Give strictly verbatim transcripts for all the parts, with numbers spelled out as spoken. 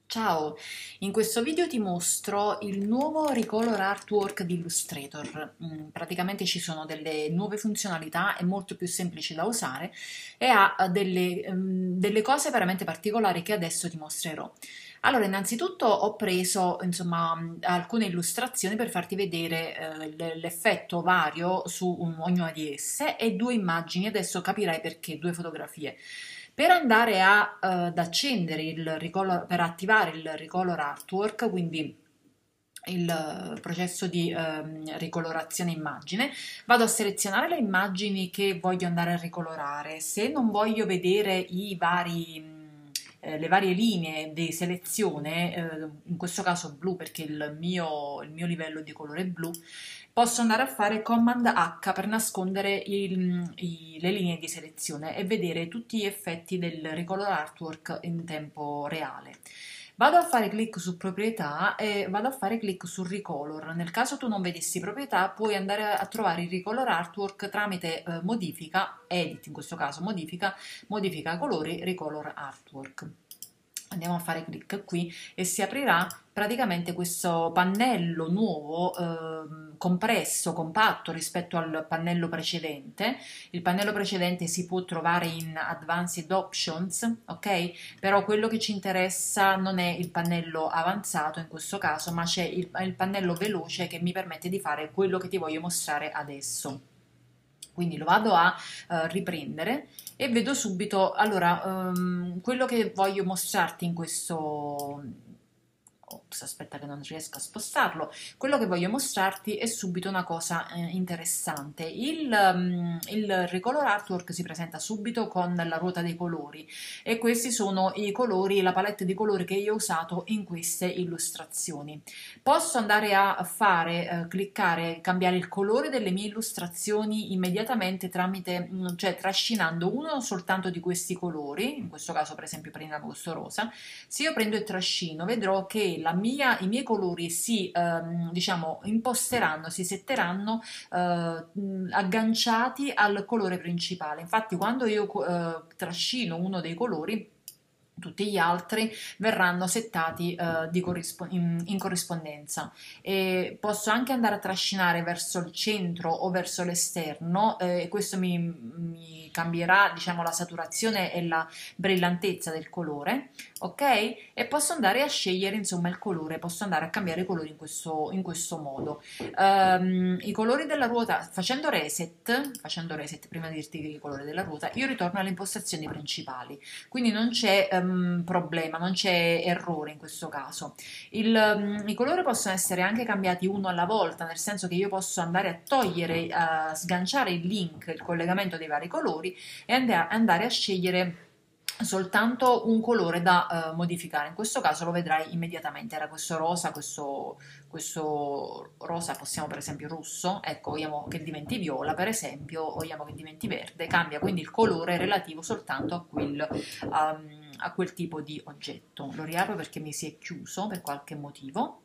Ciao, in questo video ti mostro il nuovo Recolor Artwork di Illustrator. Mm, praticamente ci sono delle nuove funzionalità, è molto più semplice da usare e ha eh, delle, ehm, delle cose veramente particolari che adesso ti mostrerò. Allora, innanzitutto ho preso insomma mm, alcune illustrazioni per farti vedere eh, l- l'effetto vario su un- ognuna di esse e due immagini, adesso capirai perché, due fotografie. Per andare a, eh, ad accendere il ricolor, per attivare il Recolor Artwork, quindi il eh, processo di ehm, ricolorazione immagine, vado a selezionare le immagini che voglio andare a ricolorare. Se non voglio vedere i vari, mh, eh, le varie linee di selezione, eh, in questo caso blu perché il mio, il mio livello di colore è blu, posso andare a fare Command H per nascondere il- i- le linee di selezione e vedere tutti gli effetti del Recolor Artwork in tempo reale. Vado a fare clic su proprietà e vado a fare clic su Recolor. Nel caso tu non vedessi proprietà, puoi andare a trovare il Recolor Artwork tramite eh, modifica, edit in questo caso, modifica, modifica colori, Recolor Artwork. Andiamo a fare clic qui e si aprirà praticamente questo pannello nuovo, ehm, compresso, compatto rispetto al pannello precedente. Il pannello precedente si può trovare in Advanced Options, ok? Però quello che ci interessa non è il pannello avanzato in questo caso, ma c'è il, il pannello veloce che mi permette di fare quello che ti voglio mostrare adesso. Quindi lo vado a eh, riprendere e vedo subito, allora, ehm, quello che voglio mostrarti in questo. Ops, aspetta che non riesco a spostarlo. Quello che voglio mostrarti è subito una cosa eh, interessante. Il, um, il Recolor Artwork si presenta subito con la ruota dei colori e questi sono i colori, la palette di colori che io ho usato in queste illustrazioni. Posso andare a fare, eh, cliccare, cambiare il colore delle mie illustrazioni immediatamente tramite, mm, cioè trascinando uno soltanto di questi colori, in questo caso per esempio prendiamo questo rosa. Se io prendo il trascino vedrò che la mia, i miei colori si ehm, diciamo imposteranno, si setteranno eh, agganciati al colore principale. Infatti quando io eh, trascino uno dei colori tutti gli altri verranno settati eh, di corrispo- in, in corrispondenza e posso anche andare a trascinare verso il centro o verso l'esterno eh, e questo mi, mi cambierà diciamo la saturazione e la brillantezza del colore, ok? E posso andare a scegliere insomma il colore, posso andare a cambiare i colori in questo, in questo modo. Um, i colori della ruota, facendo reset, facendo reset prima di dirti i colori della ruota, io ritorno alle impostazioni principali, quindi non c'è um, problema, non c'è errore in questo caso. Il, um, I colori possono essere anche cambiati uno alla volta, nel senso che io posso andare a togliere, a sganciare il link, il collegamento dei vari colori e andare a scegliere soltanto un colore da uh, modificare. In questo caso lo vedrai immediatamente, era questo rosa, questo, questo rosa, possiamo per esempio rosso, ecco, vogliamo che diventi viola per esempio, vogliamo che diventi verde, cambia quindi il colore relativo soltanto a quel, um, a quel tipo di oggetto. Lo riapro perché mi si è chiuso per qualche motivo.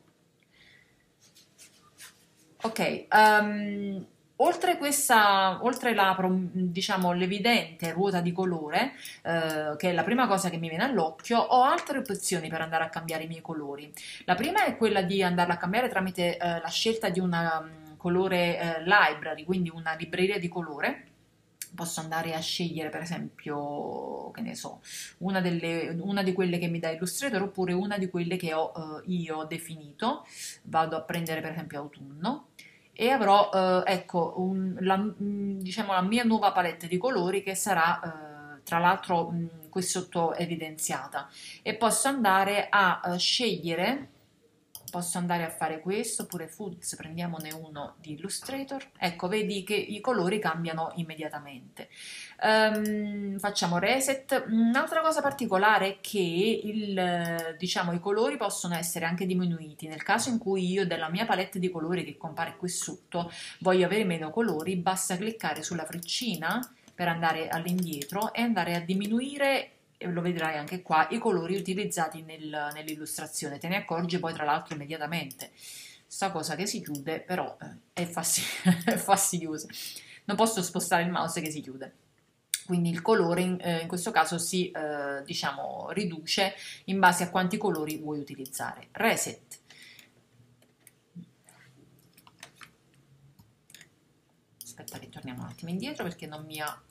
Ok, um, oltre questa, oltre la, diciamo, l'evidente ruota di colore, eh, che è la prima cosa che mi viene all'occhio, ho altre opzioni per andare a cambiare i miei colori. La prima è quella di andarla a cambiare tramite eh, la scelta di una um, colore eh, library, quindi una libreria di colore. Posso andare a scegliere, per esempio, che ne so, una, delle, una di quelle che mi dà Illustrator oppure una di quelle che ho eh, io definito. Vado a prendere, per esempio, autunno e avrò, eh, ecco, un- la, mh, diciamo, la mia nuova palette di colori che sarà, eh, tra l'altro, mh, qui sotto evidenziata. E posso andare a eh, scegliere. Posso andare a fare questo, oppure Foods, prendiamone uno di Illustrator. Ecco, vedi che i colori cambiano immediatamente. Ehm, facciamo reset. Un'altra cosa particolare è che il, eh, diciamo, i colori possono essere anche diminuiti. Nel caso in cui io della mia palette di colori che compare qui sotto voglio avere meno colori, basta cliccare sulla freccina per andare all'indietro e andare a diminuire, e lo vedrai anche qua, i colori utilizzati nel- nell'illustrazione. Te ne accorgi poi tra l'altro immediatamente. Sta cosa che si chiude però eh, è, fasti- è fastidiosa. Non posso spostare il mouse che si chiude. quindi il colore in, eh, in questo caso si eh, diciamo riduce in base a quanti colori vuoi utilizzare. Reset. Aspetta che torniamo un attimo indietro perché non mi ha...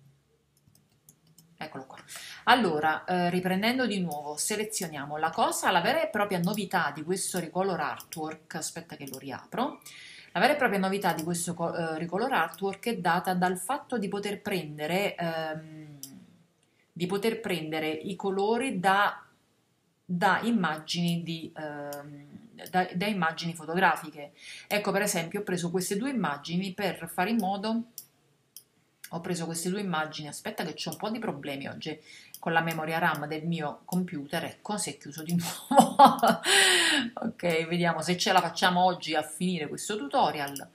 Eccolo qua. Allora, eh, riprendendo di nuovo, selezioniamo la cosa, la vera e propria novità di questo Recolor Artwork, aspetta che lo riapro, la vera e propria novità di questo eh, Recolor Artwork è data dal fatto di poter prendere, ehm, di poter prendere i colori da, da, immagini di, ehm, da, da immagini fotografiche. Ecco, per esempio, ho preso queste due immagini per fare in modo... Ho preso queste due immagini, aspetta che c'ho un po' di problemi oggi con la memoria RAM del mio computer, ecco, si è chiuso di nuovo. Ok, vediamo se ce la facciamo oggi a finire questo tutorial.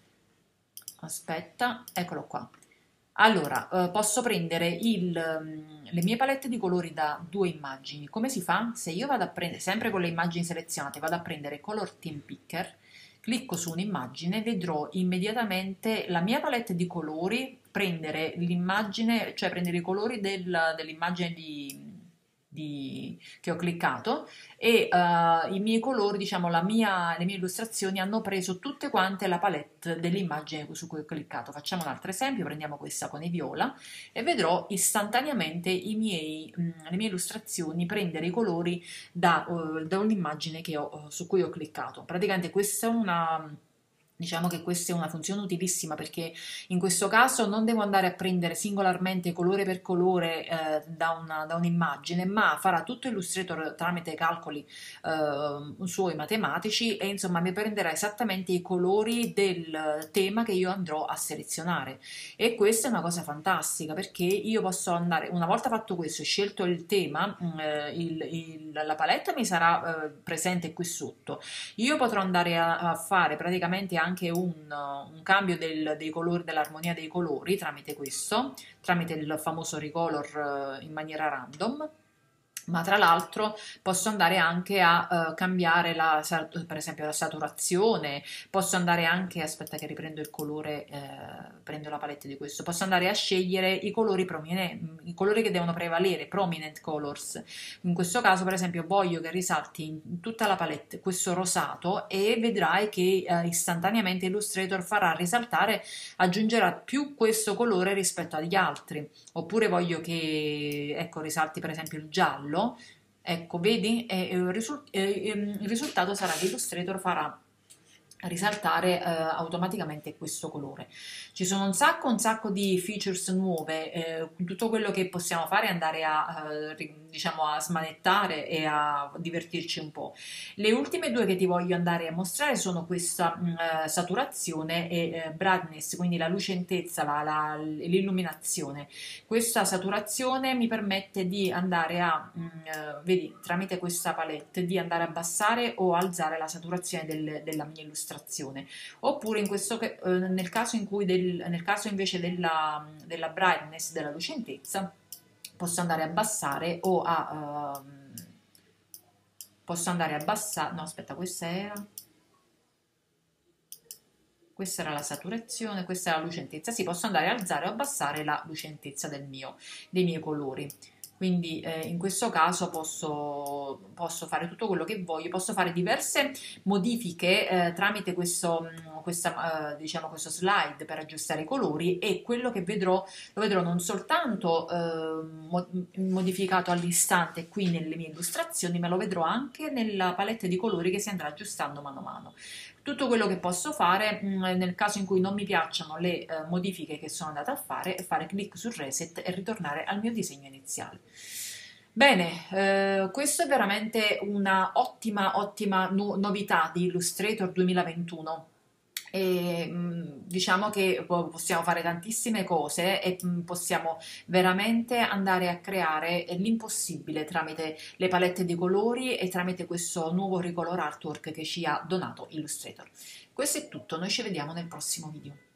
Aspetta, eccolo qua. Allora, eh, posso prendere il, um, le mie palette di colori da due immagini. Come si fa? Se io vado a prendere, sempre con le immagini selezionate, vado a prendere Color Team Picker, clicco su un'immagine, vedrò immediatamente la mia palette di colori, prendere l'immagine, cioè prendere i colori del, dell'immagine di, di, che ho cliccato e uh, i miei colori, diciamo, la mia, le mie illustrazioni hanno preso tutte quante la palette dell'immagine su cui ho cliccato. Facciamo un altro esempio, prendiamo questa con i viola e vedrò istantaneamente i miei, mh, le mie illustrazioni prendere i colori da, uh, da un'immagine che ho, su cui ho cliccato. Praticamente questa è una... Diciamo che questa è una funzione utilissima perché in questo caso non devo andare a prendere singolarmente colore per colore eh, da, una, da un'immagine, ma farà tutto Illustrator tramite calcoli eh, suoi matematici e insomma mi prenderà esattamente i colori del tema che io andrò a selezionare. E questa è una cosa fantastica perché io posso andare, una volta fatto questo, scelto il tema, eh, il, il, la palette mi sarà eh, presente qui sotto. Io potrò andare a, a fare praticamente anche anche un, un cambio del, dei colori, dell'armonia dei colori tramite questo, tramite il famoso recolor in maniera random. Ma tra l'altro posso andare anche a uh, cambiare la, per esempio la saturazione, posso andare anche, aspetta che riprendo il colore, eh, prendo la palette di questo, posso andare a scegliere i colori prominenti, i colori che devono prevalere, prominent colors. In questo caso per esempio voglio che risalti in tutta la palette questo rosato e vedrai che uh, istantaneamente Illustrator farà risaltare, aggiungerà più questo colore rispetto agli altri. Oppure voglio che, ecco, risalti per esempio il giallo. Ecco, vedi? E, e il, risul e, il risultato sarà che Illustrator farà risaltare eh, automaticamente questo colore. Ci sono un sacco un sacco di features nuove, eh, tutto quello che possiamo fare è andare a eh, diciamo a smanettare e a divertirci un po'. Le ultime due che ti voglio andare a mostrare sono questa mh, saturazione e eh, brightness, quindi la lucentezza, la, la, l'illuminazione. Questa saturazione mi permette di andare a mh, vedi, tramite questa palette di andare a abbassare o alzare la saturazione del, della mia illustrazione. Oppure in questo, eh, nel caso in cui del, nel caso invece della, della brightness, della lucentezza, posso andare a abbassare o a uh, posso andare a abbassare, no aspetta, questa era questa era la saturazione, questa era la lucentezza, sì, posso andare a alzare o abbassare la lucentezza del mio, dei miei colori. Quindi eh, in questo caso posso, posso fare tutto quello che voglio, posso fare diverse modifiche eh, tramite questo, questa, eh, diciamo questo slide per aggiustare i colori e quello che vedrò lo vedrò non soltanto eh, modificato all'istante qui nelle mie illustrazioni, ma lo vedrò anche nella palette di colori che si andrà aggiustando mano a mano. Tutto quello che posso fare mh, nel caso in cui non mi piacciono le eh, modifiche che sono andata a fare è fare clic sul reset e ritornare al mio disegno iniziale. Bene, eh, questo è veramente una ottima, ottima no- novità di Illustrator duemilaventuno. E, mh, diciamo che possiamo fare tantissime cose e mh, possiamo veramente andare a creare l'impossibile tramite le palette di colori e tramite questo nuovo Recolor Artwork che ci ha donato Illustrator. Questo è tutto, noi ci vediamo nel prossimo video.